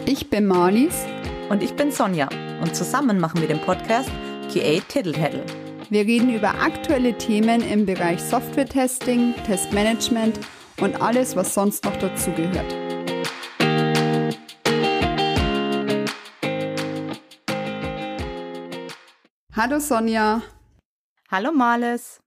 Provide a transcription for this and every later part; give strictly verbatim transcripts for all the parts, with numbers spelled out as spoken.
Ich bin Marlies. Und ich bin Sonja. Und zusammen machen wir den Podcast Q A Tiddle-Taddle. Wir reden über aktuelle Themen im Bereich Software-Testing, Testmanagement und alles, was sonst noch dazugehört. Hallo Sonja. Hallo Marlies.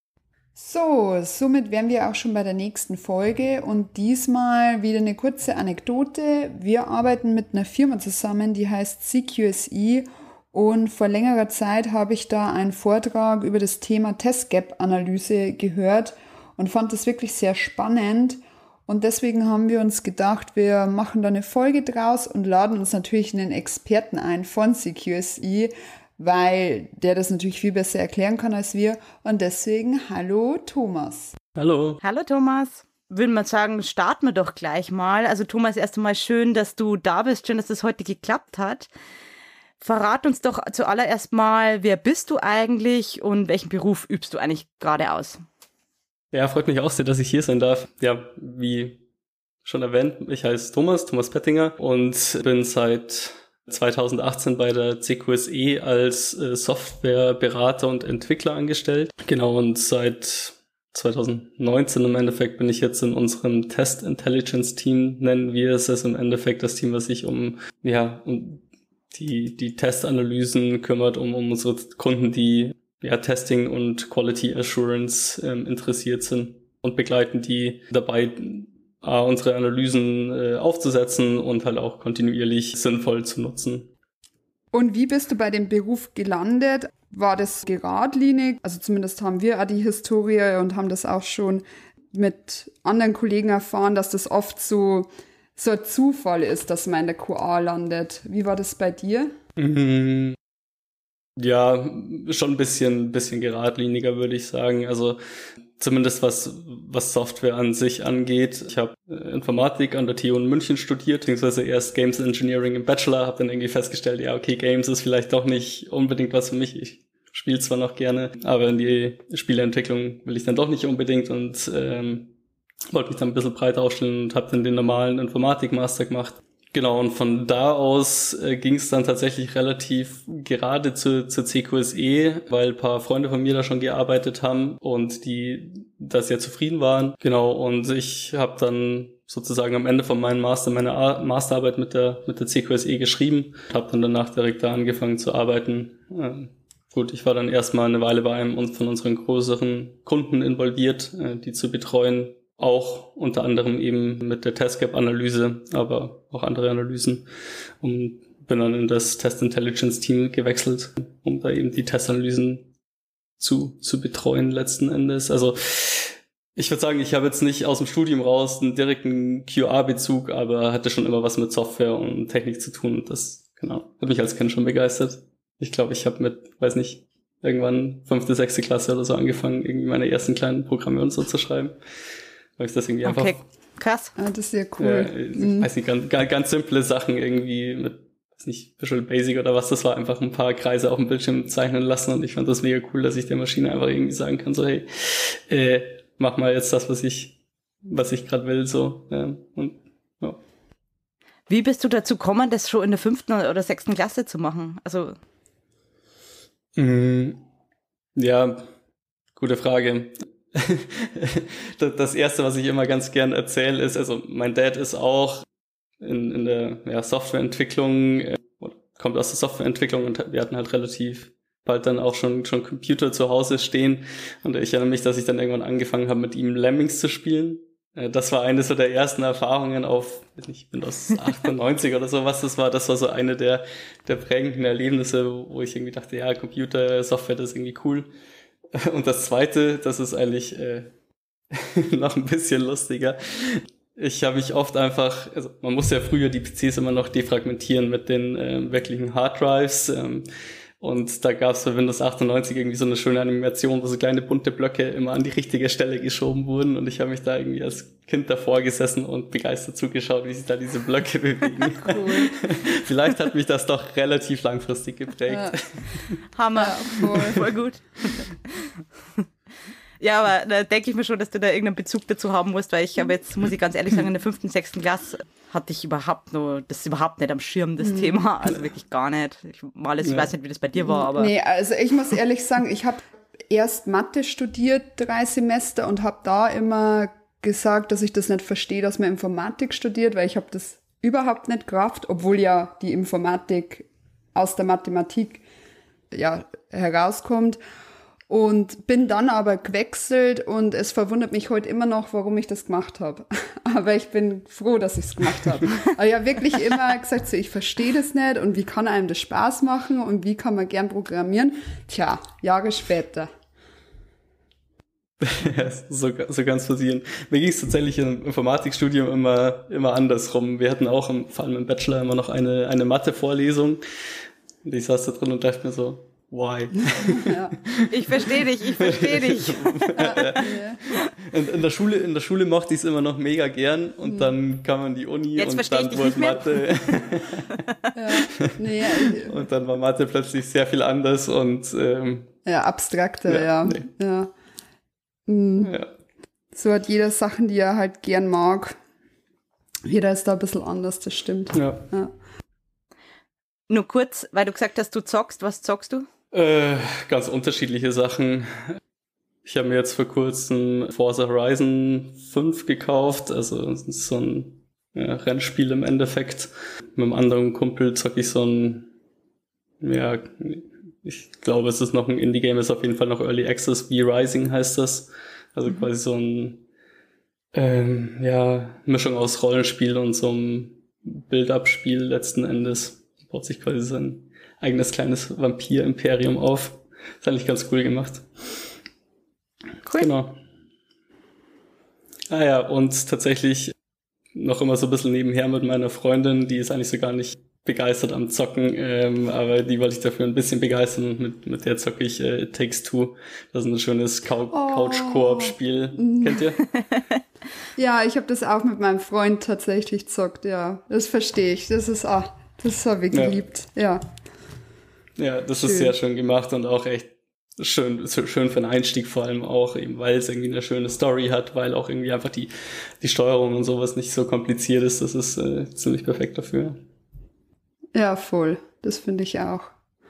So, somit wären wir auch schon bei der nächsten Folge und diesmal wieder eine kurze Anekdote. Wir arbeiten mit einer Firma zusammen, die heißt C Q S E, und vor längerer Zeit habe ich da einen Vortrag über das Thema Test-Gap-Analyse gehört und fand das wirklich sehr spannend. Und deswegen haben wir uns gedacht, wir machen da eine Folge draus und laden uns natürlich einen Experten ein von C Q S E, weil der das natürlich viel besser erklären kann als wir. Und deswegen, hallo Thomas. Hallo. Hallo Thomas. Würde man sagen, starten wir doch gleich mal. Also Thomas, erst einmal schön, dass du da bist. Schön, dass das heute geklappt hat. Verrat uns doch zuallererst mal, wer bist du eigentlich und welchen Beruf übst du eigentlich gerade aus? Ja, freut mich auch sehr, dass ich hier sein darf. Ja, wie schon erwähnt, ich heiße Thomas, Thomas Pettinger und bin seit zweitausendachtzehn bei der C Q S E als äh, Softwareberater und Entwickler angestellt. Genau, und seit zweitausendneunzehn im Endeffekt bin ich jetzt in unserem Test Intelligence Team, nennen wir es. Das ist im Endeffekt das Team, was sich um, ja, um die, die Testanalysen kümmert, um, um unsere Kunden, die ja Testing und Quality Assurance ähm, interessiert sind und begleiten die dabei, Uh, unsere Analysen äh, aufzusetzen und halt auch kontinuierlich sinnvoll zu nutzen. Und wie bist du bei dem Beruf gelandet? War das geradlinig? Also zumindest haben wir auch die Historie und haben das auch schon mit anderen Kollegen erfahren, dass das oft so, so ein Zufall ist, dass man in der Q A landet. Wie war das bei dir? Mhm. Ja, schon ein bisschen, bisschen geradliniger, würde ich sagen. Also zumindest was was Software an sich angeht. Ich habe Informatik an der T U in München studiert, beziehungsweise erst Games Engineering im Bachelor, habe dann irgendwie festgestellt, ja okay, Games ist vielleicht doch nicht unbedingt was für mich. Ich spiele zwar noch gerne, aber in die Spieleentwicklung will ich dann doch nicht unbedingt und ähm, wollte mich dann ein bisschen breiter aufstellen und habe dann den normalen Informatik-Master gemacht. Genau, und von da aus äh, ging es dann tatsächlich relativ gerade zu, zur C Q S E, weil ein paar Freunde von mir da schon gearbeitet haben und die da sehr zufrieden waren. Genau, und ich habe dann sozusagen am Ende von meinem Master meine Ar- Masterarbeit mit der mit der C Q S E geschrieben, habe dann danach direkt da angefangen zu arbeiten. Ähm, gut, ich war dann erstmal eine Weile bei einem von unseren größeren Kunden involviert, äh, die zu betreuen. Auch unter anderem eben mit der Test-Gap-Analyse, aber auch andere Analysen. Und bin dann in das Test-Intelligence-Team gewechselt, um da eben die Testanalysen zu zu betreuen letzten Endes. Also ich würde sagen, ich habe jetzt nicht aus dem Studium raus einen direkten Q A-Bezug, aber hatte schon immer was mit Software und Technik zu tun. Und das, genau, hat mich als Kind schon begeistert. Ich glaube, ich habe mit, weiß nicht, irgendwann fünfte, sechste Klasse oder so angefangen, irgendwie meine ersten kleinen Programme und so zu schreiben. Weil ich das irgendwie einfach... Okay, krass. Ah, das ist sehr cool. Äh, mhm. Weiß nicht, ganz, ganz, ganz simple Sachen irgendwie mit, weiß nicht, Visual Basic oder was das war, einfach ein paar Kreise auf dem Bildschirm zeichnen lassen und ich fand das mega cool, dass ich der Maschine einfach irgendwie sagen kann, so hey, äh, mach mal jetzt das, was ich, was ich gerade will, so. Ja, und, ja. Wie bist du dazu gekommen, das schon in der fünften oder sechsten Klasse zu machen? Also... Mhm. Ja, gute Frage. Das erste, was ich immer ganz gern erzähle, ist, also mein Dad ist auch in, in der ja, Softwareentwicklung, äh, kommt aus der Softwareentwicklung und wir hatten halt relativ bald dann auch schon schon Computer zu Hause stehen und ich erinnere mich, dass ich dann irgendwann angefangen habe, mit ihm Lemmings zu spielen. Äh, das war eine so der ersten Erfahrungen auf, ich bin aus achtundneunzig oder so, was das war. Das war so eine der der prägenden Erlebnisse, wo ich irgendwie dachte, ja, Computer, Software, das ist irgendwie cool. Und das Zweite, das ist eigentlich äh, noch ein bisschen lustiger. Ich habe mich oft einfach, also man muss ja früher die P Cs immer noch defragmentieren mit den äh, wirklichen Harddrives. Ähm, und da gab es bei Windows achtundneunzig irgendwie so eine schöne Animation, wo so kleine bunte Blöcke immer an die richtige Stelle geschoben wurden. Und ich habe mich da irgendwie als Kind davor gesessen und begeistert zugeschaut, wie sich da diese Blöcke bewegen. Cool. Vielleicht hat mich das doch relativ langfristig geprägt. Ja. Hammer, ja, voll, voll gut. Ja, aber da denke ich mir schon, dass du da irgendeinen Bezug dazu haben musst, weil ich habe jetzt, muss ich ganz ehrlich sagen, in der fünften, sechsten Klasse hatte ich überhaupt nur, das ist überhaupt nicht am Schirm, das Mhm. Thema, also wirklich gar nicht. Ich, Males, ich Ja. weiß nicht, wie das bei dir war, aber... Nee, also ich muss ehrlich sagen, ich habe erst Mathe studiert, drei Semester, und habe da immer gesagt, dass ich das nicht verstehe, dass man Informatik studiert, weil ich habe das überhaupt nicht gerafft, obwohl ja die Informatik aus der Mathematik ja herauskommt. Und bin dann aber gewechselt, und es verwundert mich heute immer noch, warum ich das gemacht habe. Aber ich bin froh, dass ich es gemacht habe. Aber ich habe wirklich immer gesagt, so, ich verstehe das nicht, und wie kann einem das Spaß machen und wie kann man gern programmieren? Tja, Jahre später. Ja, so, so kann es passieren. Mir ging es tatsächlich im Informatikstudium immer, immer andersrum. Wir hatten auch im, vor allem im Bachelor immer noch eine, eine Mathe-Vorlesung. Und ich saß da drin und dachte mir so, why? Ja. Ich verstehe dich, ich verstehe dich. In, in der Schule, in der Schule mochte ich es immer noch mega gern, und dann kam man die Uni Jetzt und versteh ich dann dich wurde nicht mehr. Mathe Ja. Nee, ja, und dann war Mathe plötzlich sehr viel anders und ähm, ja, abstrakter, Ja, ja. nee. Ja. Mhm. ja. So hat jeder Sachen, die er halt gern mag. Jeder ist da ein bisschen anders, das stimmt. Ja. Ja. Nur kurz, weil du gesagt hast, du zockst, was zockst du? Äh, ganz unterschiedliche Sachen. Ich habe mir jetzt vor kurzem Forza Horizon fünf gekauft, also es ist so ein ja, Rennspiel im Endeffekt. Mit einem anderen Kumpel zocke ich so ein, ja, ich glaube, es ist noch ein Indie-Game, ist auf jeden Fall noch Early Access, V-Rising heißt das. Also Mhm. quasi so ein ähm, ja, Mischung aus Rollenspiel und so einem Build-Up-Spiel letzten Endes. Baut sich quasi sein eigenes kleines Vampir-Imperium auf. Ist eigentlich ganz cool gemacht. Cool. Genau. Ah ja, und tatsächlich noch immer so ein bisschen nebenher mit meiner Freundin, die ist eigentlich so gar nicht begeistert am Zocken, ähm, aber die wollte ich dafür ein bisschen begeistern, und mit, mit der zocke ich äh, It Takes Two. Das ist ein schönes Cou- Oh. Couch-Koop-Spiel. Mhm. Kennt ihr? Ja, ich habe das auch mit meinem Freund tatsächlich gezockt, ja. Das verstehe ich. Das ist, ah, das habe ich Ja. geliebt, ja. Ja, das Schön. ist sehr schön gemacht und auch echt schön, so schön für den Einstieg vor allem auch, eben weil es irgendwie eine schöne Story hat, weil auch irgendwie einfach die, die Steuerung und sowas nicht so kompliziert ist. Das ist äh, ziemlich perfekt dafür. Ja, voll. Das finde ich auch.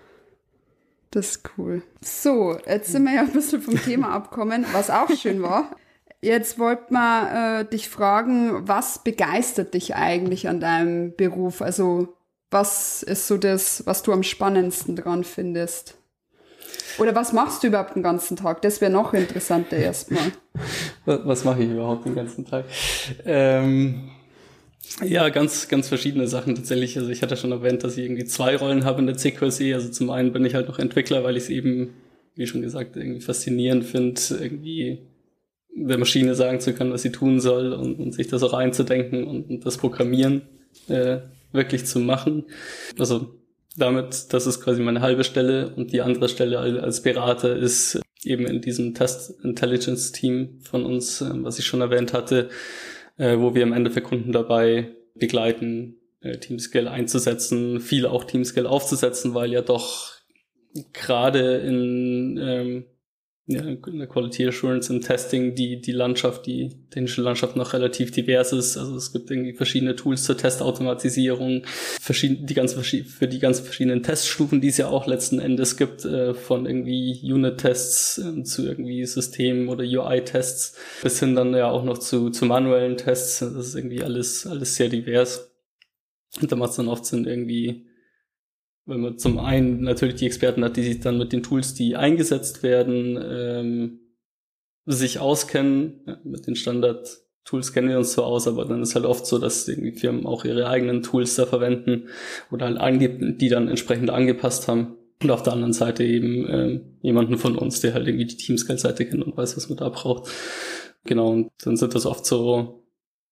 Das ist cool. So, jetzt sind wir ja ein bisschen vom Thema abgekommen, was auch schön war. Jetzt wollten wir äh, dich fragen, was begeistert dich eigentlich an deinem Beruf? Also, was ist so das, was du am spannendsten dran findest? Oder was machst du überhaupt den ganzen Tag? Das wäre noch interessanter erstmal. Was, was mache ich überhaupt den ganzen Tag? Ähm, ja, ganz, ganz verschiedene Sachen tatsächlich. Also ich hatte schon erwähnt, dass ich irgendwie zwei Rollen habe in der C Q S E. Also zum einen bin ich halt noch Entwickler, weil ich es eben, wie schon gesagt, irgendwie faszinierend finde, irgendwie der Maschine sagen zu können, was sie tun soll, und, und sich das auch einzudenken und, und das Programmieren äh, wirklich zu machen. Also damit, das ist quasi meine halbe Stelle, und die andere Stelle als Berater ist eben in diesem Test Intelligence Team von uns, äh, was ich schon erwähnt hatte, äh, wo wir im Endeffekt Kunden dabei begleiten, äh, Teamscale einzusetzen, viel auch Teamscale aufzusetzen, weil ja doch gerade in ähm, ja, in der Quality Assurance im Testing die die Landschaft, die technische Landschaft noch relativ divers ist. Also es gibt irgendwie verschiedene Tools zur Testautomatisierung, verschiedene die ganz für die ganz verschiedenen Teststufen, die es ja auch letzten Endes gibt, äh, von irgendwie Unit-Tests äh, zu irgendwie System- oder U I-Tests bis hin dann ja auch noch zu zu manuellen Tests. Das ist irgendwie alles alles sehr divers. Und da macht es dann oft Sinn, irgendwie, wenn man zum einen natürlich die Experten hat, die sich dann mit den Tools, die eingesetzt werden, ähm, sich auskennen. Ja, mit den Standard-Tools kennen wir uns zwar aus, aber dann ist halt oft so, dass irgendwie Firmen auch ihre eigenen Tools da verwenden oder halt ange- die dann entsprechend angepasst haben. Und auf der anderen Seite eben ähm, jemanden von uns, der halt irgendwie die Teamscale-Seite kennt und weiß, was man da braucht. Genau, und dann sind das oft so,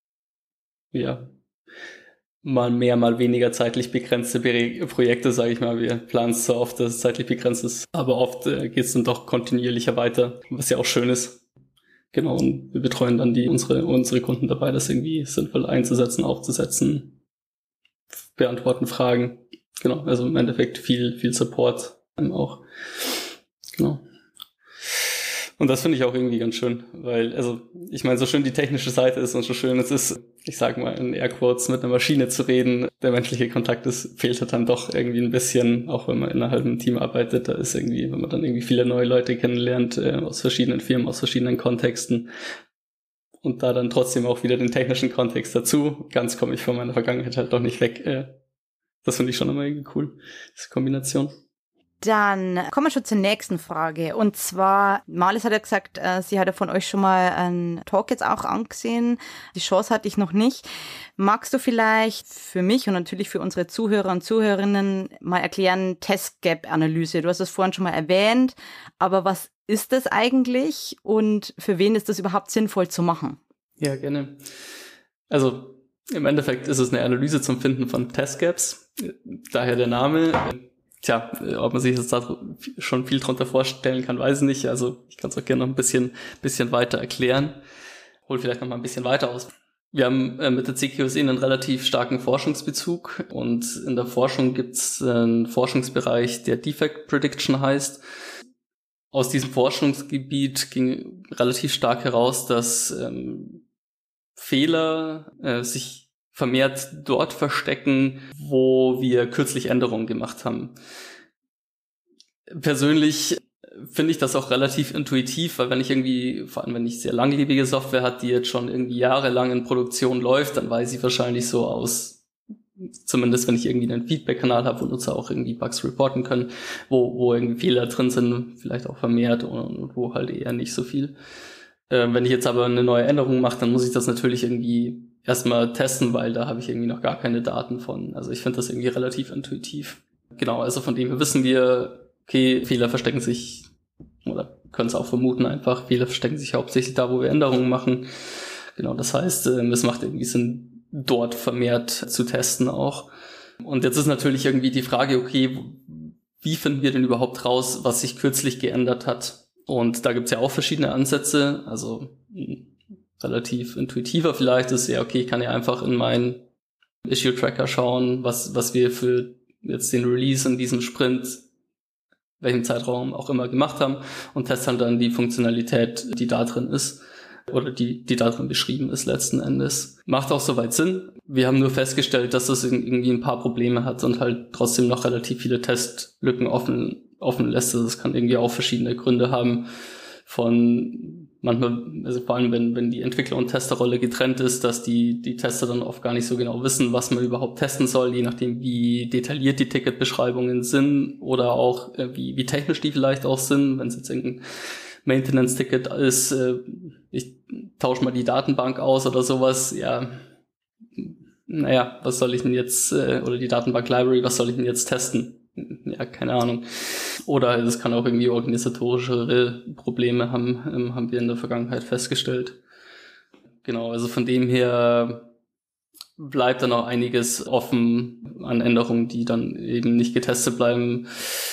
ja, mal mehr, mal weniger zeitlich begrenzte Be- Projekte, sage ich mal. Wir planen es so oft, dass es zeitlich begrenzt ist, aber oft äh, geht es dann doch kontinuierlicher weiter, was ja auch schön ist. Genau, und wir betreuen dann die unsere unsere Kunden dabei, das irgendwie sinnvoll einzusetzen, aufzusetzen, beantworten Fragen. Genau, also im Endeffekt viel viel Support auch. Genau. Und das finde ich auch irgendwie ganz schön, weil, also, ich meine, so schön die technische Seite ist und so schön es ist, ich sag mal in Airquotes, mit einer Maschine zu reden, der menschliche Kontakt ist, fehlt halt dann doch irgendwie ein bisschen, auch wenn man innerhalb einem Team arbeitet, da ist irgendwie, wenn man dann irgendwie viele neue Leute kennenlernt, äh, aus verschiedenen Firmen, aus verschiedenen Kontexten und da dann trotzdem auch wieder den technischen Kontext dazu, ganz komme ich von meiner Vergangenheit halt doch nicht weg. Äh, das finde ich schon immer irgendwie cool, diese Kombination. Dann kommen wir schon zur nächsten Frage. Und zwar, Marlies hat ja gesagt, äh, sie hat ja von euch schon mal einen Talk jetzt auch angesehen. Die Chance hatte ich noch nicht. Magst du vielleicht für mich und natürlich für unsere Zuhörer und Zuhörerinnen mal erklären, Test-Gap-Analyse? Du hast es vorhin schon mal erwähnt, aber was ist das eigentlich und für wen ist das überhaupt sinnvoll zu machen? Ja, gerne. Also im Endeffekt ist es eine Analyse zum Finden von Test-Gaps, daher der Name. Tja, ob man sich jetzt da schon viel drunter vorstellen kann, weiß ich nicht. Also ich kann es auch gerne noch ein bisschen, bisschen weiter erklären. Hol vielleicht noch mal ein bisschen weiter aus. Wir haben äh, mit der C Q S E einen relativ starken Forschungsbezug und in der Forschung gibt es einen Forschungsbereich, der Defect Prediction heißt. Aus diesem Forschungsgebiet ging relativ stark heraus, dass ähm, Fehler äh, sich vermehrt dort verstecken, wo wir kürzlich Änderungen gemacht haben. Persönlich finde ich das auch relativ intuitiv, weil wenn ich irgendwie, vor allem wenn ich sehr langlebige Software hat, die jetzt schon irgendwie jahrelang in Produktion läuft, dann weiß ich wahrscheinlich so aus, zumindest wenn ich irgendwie einen Feedback-Kanal habe, wo Nutzer auch irgendwie Bugs reporten können, wo, wo irgendwie Fehler drin sind, vielleicht auch vermehrt und wo halt eher nicht so viel. Äh, wenn ich jetzt aber eine neue Änderung mache, dann muss ich das natürlich irgendwie erstmal testen, weil da habe ich irgendwie noch gar keine Daten von. Also ich finde das irgendwie relativ intuitiv. Genau, also von dem her wissen wir, okay, Fehler verstecken sich, oder können es auch vermuten einfach, Fehler verstecken sich hauptsächlich da, wo wir Änderungen machen. Genau, das heißt, es macht irgendwie Sinn, dort vermehrt zu testen auch. Und jetzt ist natürlich irgendwie die Frage, okay, wie finden wir denn überhaupt raus, was sich kürzlich geändert hat? Und da gibt's ja auch verschiedene Ansätze, also relativ intuitiver vielleicht ist ja, okay, ich kann ja einfach in meinen Issue-Tracker schauen, was was wir für jetzt den Release in diesem Sprint, welchem Zeitraum auch immer gemacht haben und teste dann die Funktionalität, die da drin ist oder die die da drin beschrieben ist letzten Endes. Macht auch soweit Sinn. Wir haben nur festgestellt, dass das irgendwie ein paar Probleme hat und halt trotzdem noch relativ viele Testlücken offen offen lässt. Also das kann irgendwie auch verschiedene Gründe haben von manchmal, also vor allem wenn, wenn die Entwickler- und Testerrolle getrennt ist, dass die, die Tester dann oft gar nicht so genau wissen, was man überhaupt testen soll, je nachdem, wie detailliert die Ticketbeschreibungen sind oder auch, äh, wie, wie technisch die vielleicht auch sind. Wenn es jetzt irgendein Maintenance-Ticket ist, äh, ich tausche mal die Datenbank aus oder sowas, ja, naja, was soll ich denn jetzt, äh, oder die Datenbank-Library, was soll ich denn jetzt testen? Ja, keine Ahnung. Oder es kann auch irgendwie organisatorische Probleme haben, ähm, haben wir in der Vergangenheit festgestellt. Genau, also von dem her bleibt dann auch einiges offen an Änderungen, die dann eben nicht getestet bleiben.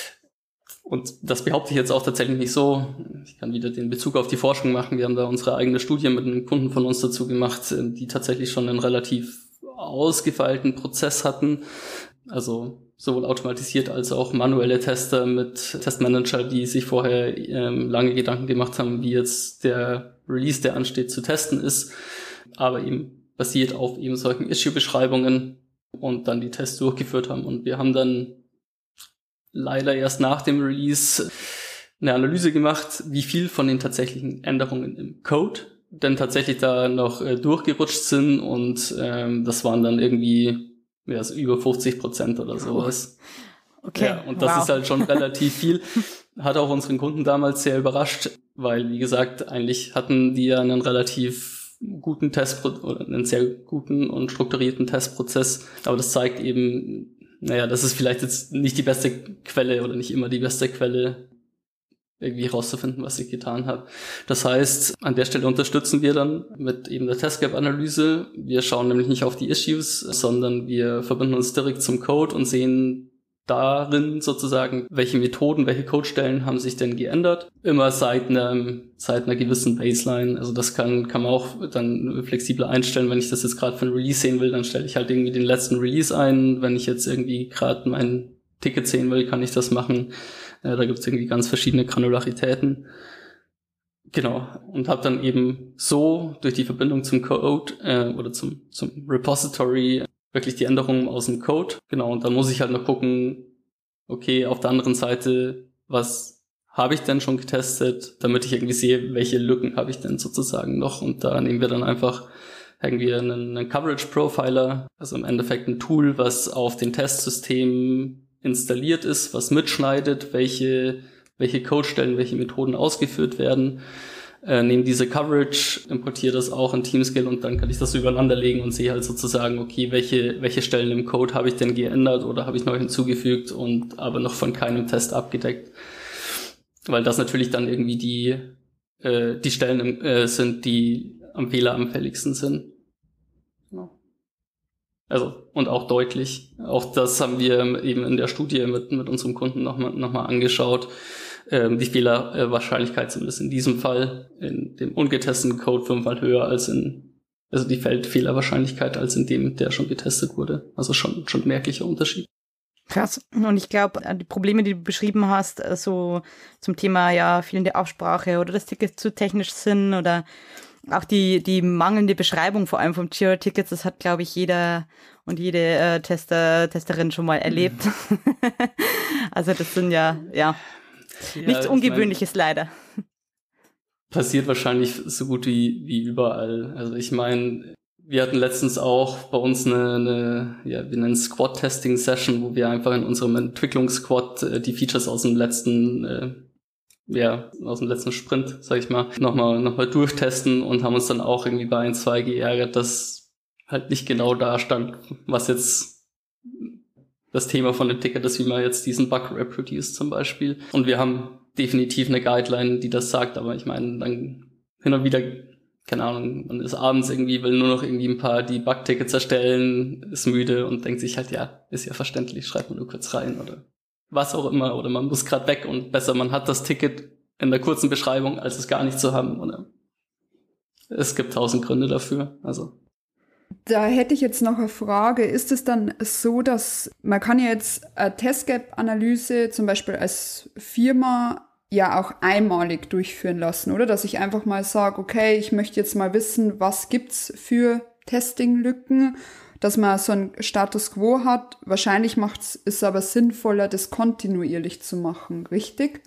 Und das behaupte ich jetzt auch tatsächlich nicht so. Ich kann wieder den Bezug auf die Forschung machen. Wir haben da unsere eigene Studie mit einem Kunden von uns dazu gemacht, die tatsächlich schon einen relativ ausgefeilten Prozess hatten. Also sowohl automatisiert als auch manuelle Tester mit Testmanager, die sich vorher ähm, lange Gedanken gemacht haben, wie jetzt der Release, der ansteht, zu testen ist, aber eben basiert auf eben solchen Issue-Beschreibungen und dann die Tests durchgeführt haben. Und wir haben dann leider erst nach dem Release eine Analyse gemacht, wie viel von den tatsächlichen Änderungen im Code denn tatsächlich da noch äh, durchgerutscht sind und ähm, das waren dann irgendwie ja, also über fünfzig Prozent oder sowas. Okay. Ja, und das wow. ist halt schon relativ viel. Hat auch unseren Kunden damals sehr überrascht, weil, wie gesagt, eigentlich hatten die ja einen relativ guten Test oder einen sehr guten und strukturierten Testprozess. Aber das zeigt eben, naja, das ist vielleicht jetzt nicht die beste Quelle oder nicht immer die beste Quelle, irgendwie herauszufinden, was ich getan habe. Das heißt, an der Stelle unterstützen wir dann mit eben der Test-Gap-Analyse. Wir schauen nämlich nicht auf die Issues, sondern wir verbinden uns direkt zum Code und sehen darin sozusagen, welche Methoden, welche Codestellen haben sich denn geändert. Immer seit einer, seit einer gewissen Baseline. Also das kann, kann man auch dann flexibler einstellen. Wenn ich das jetzt gerade für ein Release sehen will, dann stelle ich halt irgendwie den letzten Release ein. Wenn ich jetzt irgendwie gerade mein Ticket sehen will, kann ich das machen. Da gibt es irgendwie ganz verschiedene Granularitäten. Genau, und habe dann eben so durch die Verbindung zum Code äh, oder zum, zum Repository wirklich die Änderungen aus dem Code. Genau, und dann muss ich halt noch gucken, okay, auf der anderen Seite, was habe ich denn schon getestet, damit ich irgendwie sehe, welche Lücken habe ich denn sozusagen noch. Und da nehmen wir dann einfach irgendwie einen, einen Coverage Profiler, also im Endeffekt ein Tool, was auf den Testsystemen installiert ist, was mitschneidet, welche welche Codestellen, welche Methoden ausgeführt werden, äh, nehme diese Coverage, importiere das auch in Teamscale und dann kann ich das übereinander legen und sehe halt sozusagen, okay, welche welche Stellen im Code habe ich denn geändert oder habe ich neu hinzugefügt und aber noch von keinem Test abgedeckt. Weil das natürlich dann irgendwie die äh, die Stellen im, äh, sind, die am fehleranfälligsten sind. Genau. Also, und auch deutlich. Auch das haben wir eben in der Studie mit, mit unserem Kunden nochmal noch mal angeschaut. Ähm, die Fehlerwahrscheinlichkeit zumindest in diesem Fall in dem ungetesteten Code fünfmal höher als in, also die Feldfehlerwahrscheinlichkeit als in dem, der schon getestet wurde. Also schon, schon ein merklicher Unterschied. Krass. Und ich glaube, die Probleme, die du beschrieben hast, so zum Thema ja fehlende Aussprache oder das Ticket zu technisch sind oder auch die, die mangelnde Beschreibung vor allem vom Jira-Tickets, das hat, glaube ich, jeder und jede äh, Tester, Testerin schon mal erlebt. Mhm. Also das sind ja, ja, ja nichts Ungewöhnliches, mein, leider. Passiert wahrscheinlich so gut wie, wie überall. Also ich meine, wir hatten letztens auch bei uns eine, eine ja, wir nennen es Squad-Testing-Session, wo wir einfach in unserem Entwicklungssquad äh, die Features aus dem letzten äh, ja, aus dem letzten Sprint, sag ich mal, nochmal noch mal durchtesten und haben uns dann auch irgendwie bei ein, zwei geärgert, dass halt nicht genau da stand, was jetzt das Thema von dem Ticket ist, wie man jetzt diesen Bug reproduce zum Beispiel. Und wir haben definitiv eine Guideline, die das sagt, aber ich meine, dann hin und wieder, keine Ahnung, man ist abends irgendwie, will nur noch irgendwie ein paar die Bug-Tickets erstellen, ist müde und denkt sich halt, ja, ist ja verständlich, schreibt man nur kurz rein oder was auch immer, oder man muss gerade weg und besser, man hat das Ticket in der kurzen Beschreibung, als es gar nicht zu haben, oder? Es gibt tausend Gründe dafür, also. Da hätte ich jetzt noch eine Frage. Ist es dann so, dass man kann ja jetzt eine Test-Gap-Analyse zum Beispiel als Firma ja auch einmalig durchführen lassen, oder? Dass ich einfach mal sage, okay, ich möchte jetzt mal wissen, was gibt's für Testing-Lücken, dass man so einen Status Quo hat. Wahrscheinlich macht's, ist es aber sinnvoller, das kontinuierlich zu machen, richtig?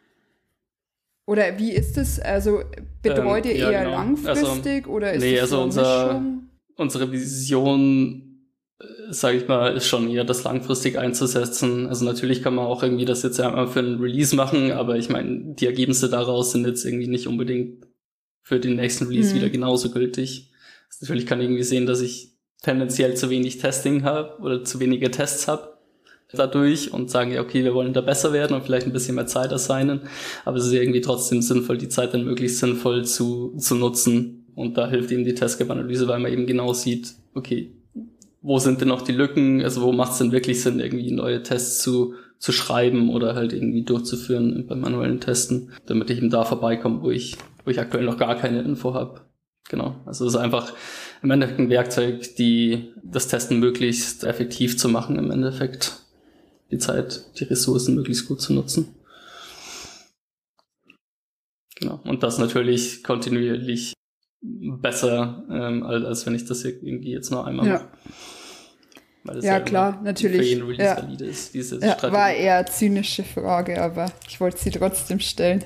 Oder wie ist es? Also betreut ähm, ihr ja, eher genau. langfristig also, oder ist nee, es also so eine unser, Mischung? Unsere Vision, sage ich mal, ist schon eher das langfristig einzusetzen. Also natürlich kann man auch irgendwie das jetzt einmal für einen Release machen, aber ich meine, die Ergebnisse daraus sind jetzt irgendwie nicht unbedingt für den nächsten Release mhm. wieder genauso gültig. Also natürlich kann ich irgendwie sehen, dass ich tendenziell zu wenig Testing habe oder zu wenige Tests habe dadurch und sagen, ja, okay, wir wollen da besser werden und vielleicht ein bisschen mehr Zeit assignen, aber es ist irgendwie trotzdem sinnvoll, die Zeit dann möglichst sinnvoll zu zu nutzen und da hilft eben die Test-Gap-Analyse, weil man eben genau sieht, okay, wo sind denn noch die Lücken, also wo macht es denn wirklich Sinn, irgendwie neue Tests zu zu schreiben oder halt irgendwie durchzuführen beim manuellen Testen, damit ich eben da vorbeikomme, wo ich wo ich aktuell noch gar keine Info habe. Genau, also es ist einfach im Endeffekt ein Werkzeug, die das Testen möglichst effektiv zu machen, im Endeffekt die Zeit, die Ressourcen möglichst gut zu nutzen. Genau, und das natürlich kontinuierlich besser, ähm, als, als wenn ich das irgendwie jetzt nur einmal ja. mache. Weil das ja, ja klar, natürlich. Für jeden Release ja. valide ist, diese ja, Strategie. War eher eine zynische Frage, aber ich wollte sie trotzdem stellen.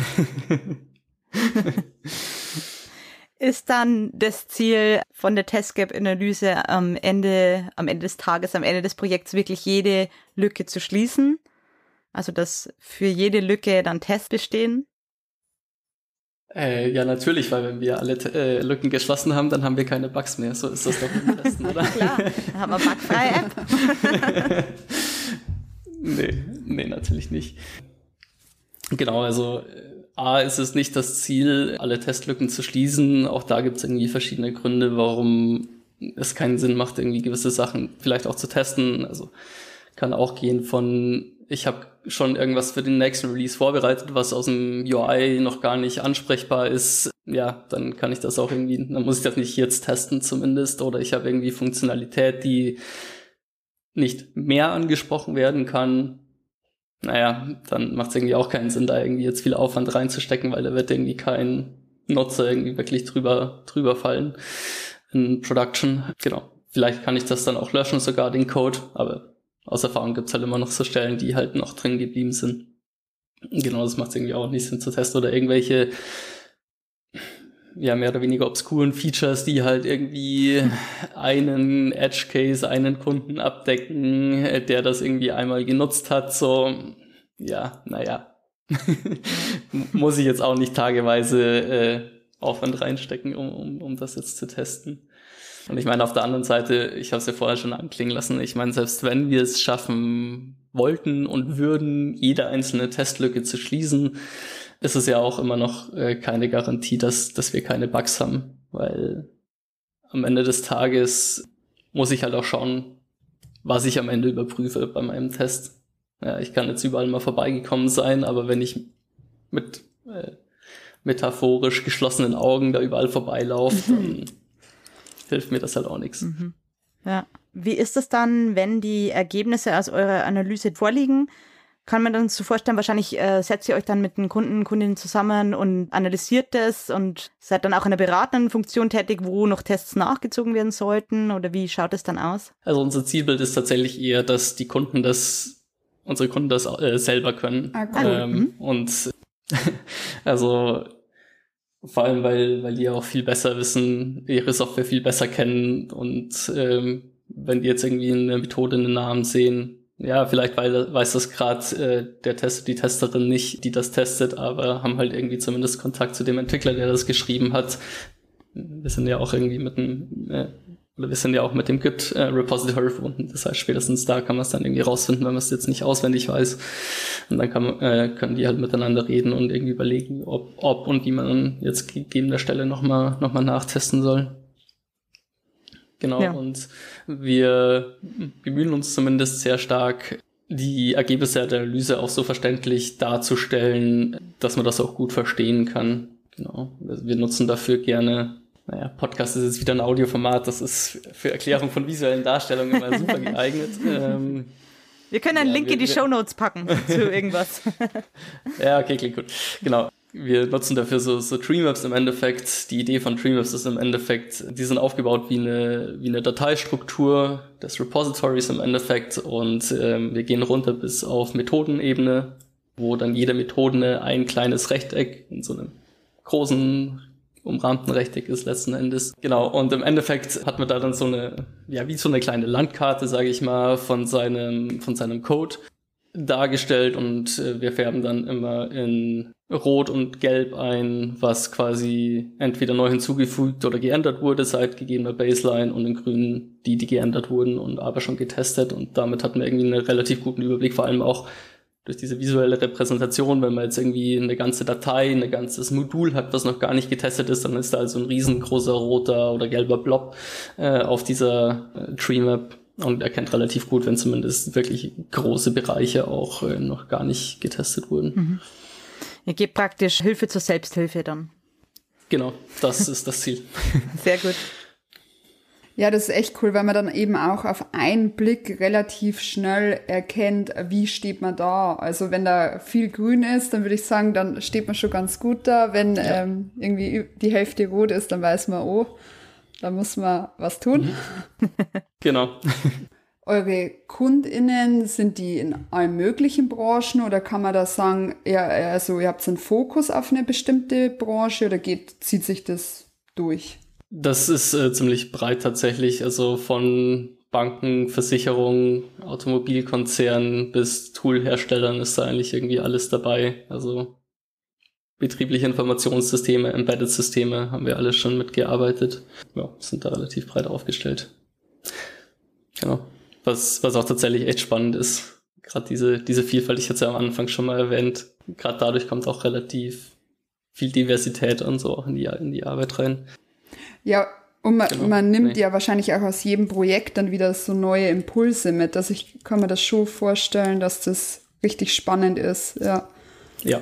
Ist dann das Ziel von der Test-Gap-Analyse am Ende, am Ende des Tages, am Ende des Projekts wirklich jede Lücke zu schließen? Also, dass für jede Lücke dann Tests bestehen? Äh, ja, natürlich, weil wenn wir alle äh, Lücken geschlossen haben, dann haben wir keine Bugs mehr. So ist das doch im Testen, oder? Klar, dann haben wir bugfreie App. nee, nee, natürlich nicht. Genau, also A, ist es nicht das Ziel, alle Testlücken zu schließen. Auch da gibt es irgendwie verschiedene Gründe, warum es keinen Sinn macht, irgendwie gewisse Sachen vielleicht auch zu testen. Also kann auch gehen von, ich habe schon irgendwas für den nächsten Release vorbereitet, was aus dem U I noch gar nicht ansprechbar ist. Ja, dann kann ich das auch irgendwie, dann muss ich das nicht jetzt testen zumindest. Oder ich habe irgendwie Funktionalität, die nicht mehr angesprochen werden kann. naja, dann macht es irgendwie auch keinen Sinn, da irgendwie jetzt viel Aufwand reinzustecken, weil da wird irgendwie kein Nutzer irgendwie wirklich drüber, drüber fallen in Production. Genau. Vielleicht kann ich das dann auch löschen, sogar den Code, aber aus Erfahrung gibt's halt immer noch so Stellen, die halt noch drin geblieben sind. Genau, das macht es irgendwie auch nicht Sinn zu testen oder irgendwelche, ja, mehr oder weniger obskuren Features, die halt irgendwie einen Edge-Case, einen Kunden abdecken, der das irgendwie einmal genutzt hat, so, ja, naja, muss ich jetzt auch nicht tageweise äh, Aufwand reinstecken, um, um, um das jetzt zu testen. Und ich meine, auf der anderen Seite, ich habe es ja vorher schon anklingen lassen, ich meine, selbst wenn wir es schaffen wollten und würden, jede einzelne Testlücke zu schließen, ist es ja auch immer noch äh, keine Garantie, dass, dass wir keine Bugs haben, weil am Ende des Tages muss ich halt auch schauen, was ich am Ende überprüfe bei meinem Test. Ja, ich kann jetzt überall mal vorbeigekommen sein, aber wenn ich mit äh, metaphorisch geschlossenen Augen da überall vorbeilaufe, dann hilft mir das halt auch nichts. Mhm. Ja. Wie ist es dann, wenn die Ergebnisse aus eurer Analyse vorliegen? Kann man dann so vorstellen, wahrscheinlich äh, setzt ihr euch dann mit den Kunden, Kundinnen zusammen und analysiert das und seid dann auch in einer beratenden Funktion tätig, wo noch Tests nachgezogen werden sollten, oder wie schaut es dann aus? Also unser Zielbild ist tatsächlich eher, dass die Kunden das, unsere Kunden das äh, selber können. Ah, cool. ähm, mhm. Und also vor allem, weil, weil die ja auch viel besser wissen, ihre Software viel besser kennen und ähm, wenn die jetzt irgendwie eine Methode, einen Namen sehen, ja, vielleicht weil, weiß das gerade äh, der Tester, die Testerin nicht, die das testet, aber haben halt irgendwie zumindest Kontakt zu dem Entwickler, der das geschrieben hat. Wir sind ja auch irgendwie mit dem, äh, oder wir sind ja auch mit dem Git-Repository verbunden. Das heißt, spätestens da kann man es dann irgendwie rausfinden, wenn man es jetzt nicht auswendig weiß. Und dann kann man, äh, können die halt miteinander reden und irgendwie überlegen, ob, ob und wie man jetzt gegebener Stelle nochmal noch mal nachtesten soll. Genau, ja. Und wir bemühen uns zumindest sehr stark, die Ergebnisse der Analyse auch so verständlich darzustellen, dass man das auch gut verstehen kann. Genau, wir nutzen dafür gerne, naja, Podcast ist jetzt wieder ein Audioformat, das ist für Erklärung von visuellen Darstellungen immer super geeignet. ähm, wir können einen ja, Link wir, in die Shownotes packen zu irgendwas. Ja, okay, klingt gut. Genau. Wir nutzen dafür so, so Treemaps im Endeffekt. Die Idee von Treemaps ist im Endeffekt, die sind aufgebaut wie eine, wie eine Dateistruktur des Repositories im Endeffekt und ähm, wir gehen runter bis auf Methodenebene, wo dann jede Methode ein kleines Rechteck in so einem großen, umrahmten Rechteck ist letzten Endes. Genau, und im Endeffekt hat man da dann so eine, ja, wie so eine kleine Landkarte, sage ich mal, von seinem, von seinem Code dargestellt und äh, wir färben dann immer in Rot und Gelb ein, was quasi entweder neu hinzugefügt oder geändert wurde seit gegebener Baseline, und in Grün die, die geändert wurden und aber schon getestet, und damit hatten wir irgendwie einen relativ guten Überblick, vor allem auch durch diese visuelle Repräsentation. Wenn man jetzt irgendwie eine ganze Datei, ein ganzes Modul hat, was noch gar nicht getestet ist, dann ist da also ein riesengroßer roter oder gelber Blob äh, auf dieser äh, Treemap und erkennt relativ gut, wenn zumindest wirklich große Bereiche auch äh, noch gar nicht getestet wurden. Mhm. Ihr gebt praktisch Hilfe zur Selbsthilfe dann. Genau, das ist das Ziel. Sehr gut. Ja, das ist echt cool, weil man dann eben auch auf einen Blick relativ schnell erkennt, wie steht man da. Also wenn da viel grün ist, dann würde ich sagen, dann steht man schon ganz gut da. Wenn ja. ähm, irgendwie die Hälfte rot ist, dann weiß man, oh, da muss man was tun. Mhm. Genau. Eure KundInnen, sind die in allen möglichen Branchen oder kann man da sagen, ja, also ihr habt einen Fokus auf eine bestimmte Branche oder geht, zieht sich das durch? Das ist äh, ziemlich breit tatsächlich, also von Banken, Versicherungen, Automobilkonzernen bis Toolherstellern ist da eigentlich irgendwie alles dabei. Also betriebliche Informationssysteme, Embedded-Systeme haben wir alles schon mitgearbeitet. Ja, sind da relativ breit aufgestellt. Genau. Was, was auch tatsächlich echt spannend ist. Gerade diese, diese Vielfalt, ich hatte es ja am Anfang schon mal erwähnt. Gerade dadurch kommt auch relativ viel Diversität und so auch in die, in die Arbeit rein. Ja, und man, genau. man nimmt nee. ja wahrscheinlich auch aus jedem Projekt dann wieder so neue Impulse mit. Also ich kann mir das schon vorstellen, dass das richtig spannend ist. Ja. Ja.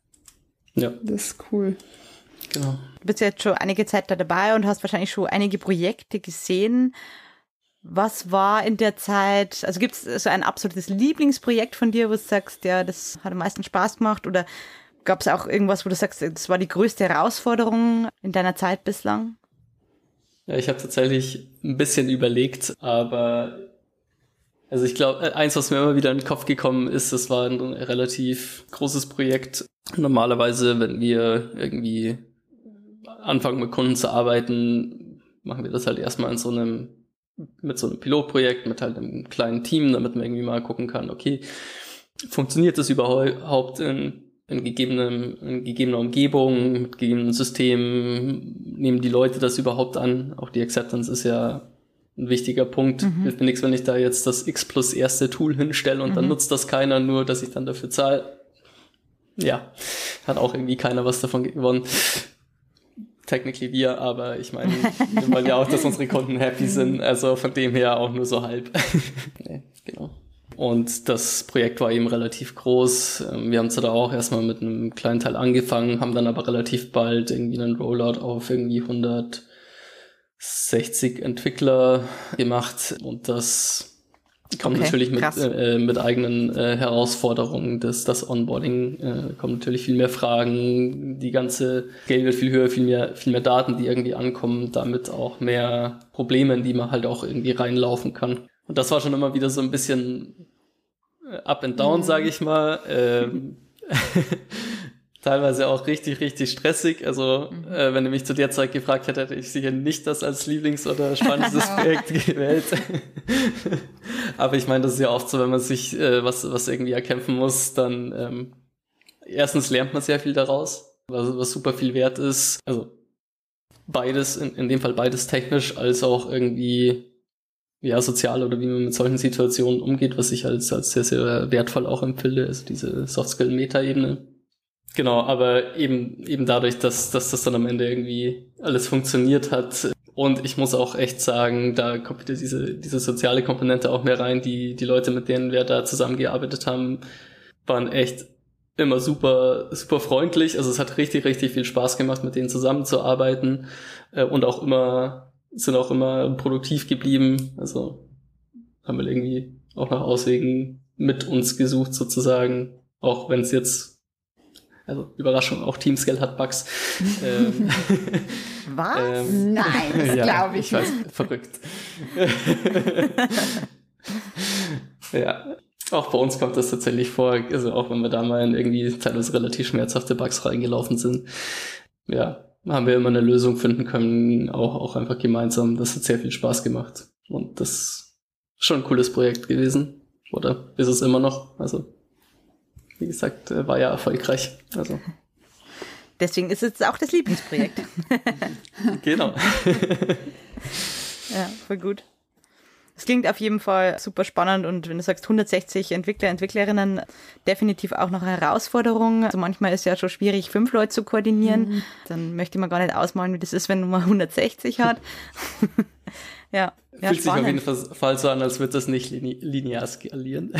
Ja. Das ist cool. Genau. Du bist ja jetzt schon einige Zeit da dabei und hast wahrscheinlich schon einige Projekte gesehen. Was war in der Zeit, also gibt es so ein absolutes Lieblingsprojekt von dir, wo du sagst, ja, das hat am meisten Spaß gemacht, oder gab es auch irgendwas, wo du sagst, das war die größte Herausforderung in deiner Zeit bislang? Ja, ich habe tatsächlich ein bisschen überlegt, aber also ich glaube, eins, was mir immer wieder in den Kopf gekommen ist, das war ein relativ großes Projekt. Normalerweise, wenn wir irgendwie anfangen mit Kunden zu arbeiten, machen wir das halt erstmal in so einem, mit so einem Pilotprojekt, mit halt einem kleinen Team, damit man irgendwie mal gucken kann, okay, funktioniert das überhaupt in, in, gegebenem, in gegebener Umgebung, mit gegebenen Systemen, nehmen die Leute das überhaupt an? Auch die Acceptance ist ja ein wichtiger Punkt. Mhm. Hilft mir nichts, wenn ich da jetzt das X plus erste Tool hinstelle und mhm. dann nutzt das keiner, nur dass ich dann dafür zahle. Ja, hat auch irgendwie keiner was davon gewonnen. Technically wir, aber ich meine, wir wollen ja auch, dass unsere Kunden happy sind, also von dem her auch nur so halb. Nee, genau. Und das Projekt war eben relativ groß. Wir haben zwar da auch erstmal mit einem kleinen Teil angefangen, haben dann aber relativ bald irgendwie einen Rollout auf irgendwie hundertsechzig Entwickler gemacht, und das kommt okay, natürlich mit, äh, mit eigenen äh, Herausforderungen. Das, das Onboarding äh, kommen natürlich viel mehr Fragen, die ganze Scale wird viel höher, viel mehr, viel mehr Daten, die irgendwie ankommen, damit auch mehr Probleme, in die man halt auch irgendwie reinlaufen kann. Und das war schon immer wieder so ein bisschen up and down, mhm. sage ich mal. Ähm, teilweise auch richtig, richtig stressig. Also mhm. äh, wenn du mich zu der Zeit gefragt hättest, hätte ich sicher nicht das als Lieblings- oder spannendes Projekt gewählt. Aber ich meine, das ist ja oft so, wenn man sich äh, was was irgendwie erkämpfen muss, dann ähm, erstens lernt man sehr viel daraus, was, was super viel wert ist. Also beides, in, in dem Fall beides technisch, als auch irgendwie ja sozial, oder wie man mit solchen Situationen umgeht, was ich als als sehr, sehr wertvoll auch empfinde, also diese Soft-Skill-Meta-Ebene. Genau, aber eben eben dadurch, dass dass das dann am Ende irgendwie alles funktioniert hat. Und ich muss auch echt sagen, da kommt wieder diese diese soziale Komponente auch mehr rein. Die die Leute, mit denen wir da zusammengearbeitet haben, waren echt immer super super freundlich. Also es hat richtig richtig viel Spaß gemacht, mit denen zusammenzuarbeiten, und auch immer sind auch immer produktiv geblieben. Also haben wir irgendwie auch nach Auswegen mit uns gesucht sozusagen, auch wenn es jetzt, also Überraschung, auch Teamscale hat Bugs. ähm, Was? Ähm, Nein, das ja, glaube ich ich weiß, verrückt. Ja, auch bei uns kommt das tatsächlich vor, also auch wenn wir da mal in irgendwie teilweise relativ schmerzhafte Bugs reingelaufen sind, ja, haben wir immer eine Lösung finden können, auch, auch einfach gemeinsam. Das hat sehr viel Spaß gemacht. Und das ist schon ein cooles Projekt gewesen. Oder ist es immer noch, also wie gesagt, war ja erfolgreich. Also. Deswegen ist es auch das Lieblingsprojekt. Genau. Ja, voll gut. Es klingt auf jeden Fall super spannend, und wenn du sagst hundertsechzig Entwickler, Entwicklerinnen, definitiv auch noch eine Herausforderung. Also manchmal ist es ja schon schwierig, fünf Leute zu koordinieren. Mhm. Dann möchte man gar nicht ausmalen, wie das ist, wenn man hundertsechzig hat. Ja, ja, fühlt spannend. sich auf jeden Fall so an, als würde das nicht line- linear skalieren.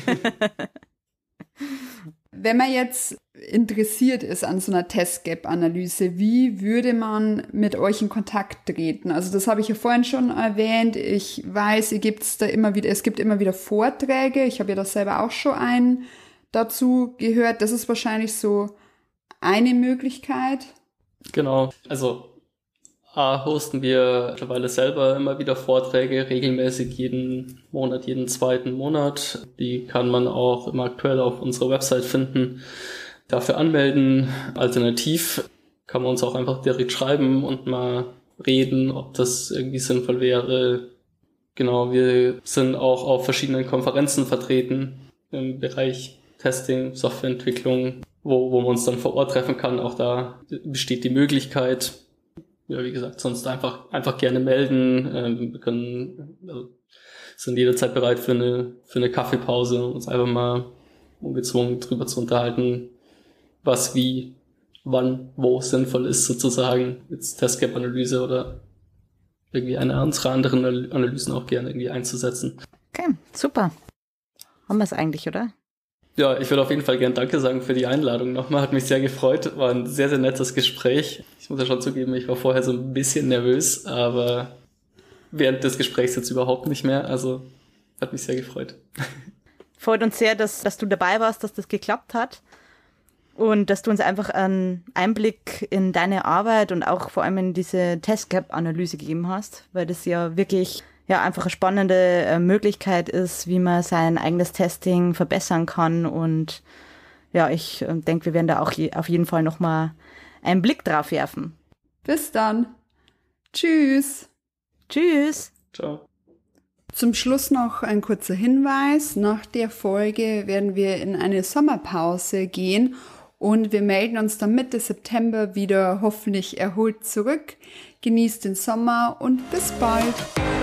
Wenn man jetzt interessiert ist an so einer Test-Gap-Analyse, wie würde man mit euch in Kontakt treten? Also das habe ich ja vorhin schon erwähnt. Ich weiß, ihr gibt's da immer wieder, es gibt immer wieder Vorträge. Ich habe ja das selber auch schon einen dazu gehört. Das ist wahrscheinlich so eine Möglichkeit. Genau, also A, hosten wir mittlerweile selber immer wieder Vorträge, regelmäßig jeden Monat, jeden zweiten Monat. Die kann man auch immer aktuell auf unserer Website finden. Dafür anmelden. Alternativ kann man uns auch einfach direkt schreiben und mal reden, ob das irgendwie sinnvoll wäre. Genau, wir sind auch auf verschiedenen Konferenzen vertreten im Bereich Testing, Softwareentwicklung, wo, wo man uns dann vor Ort treffen kann. Auch da besteht die Möglichkeit. Ja, wie gesagt, sonst einfach einfach gerne melden. Ähm, wir können, also sind jederzeit bereit für eine für eine Kaffeepause, uns einfach mal ungezwungen drüber zu unterhalten, was wie, wann, wo sinnvoll ist sozusagen. Jetzt Test-Gap-Analyse oder irgendwie eine unserer anderen Analysen auch gerne irgendwie einzusetzen. Okay, super. Haben wir es eigentlich, oder? Ja, ich würde auf jeden Fall gerne Danke sagen für die Einladung nochmal. Hat mich sehr gefreut. War ein sehr, sehr nettes Gespräch. Ich muss ja schon zugeben, ich war vorher so ein bisschen nervös, aber während des Gesprächs jetzt überhaupt nicht mehr. Also hat mich sehr gefreut. Freut uns sehr, dass, dass du dabei warst, dass das geklappt hat und dass du uns einfach einen Einblick in deine Arbeit und auch vor allem in diese Test-Gap-Analyse gegeben hast, weil das ja wirklich ja einfach eine spannende äh, Möglichkeit ist, wie man sein eigenes Testing verbessern kann. Und ja, ich äh, denke, wir werden da auch je, auf jeden Fall nochmal einen Blick drauf werfen. Bis dann. Tschüss. Tschüss. Ciao. Zum Schluss noch ein kurzer Hinweis. Nach der Folge werden wir in eine Sommerpause gehen und wir melden uns dann Mitte September wieder hoffentlich erholt zurück. Genießt den Sommer und bis bald.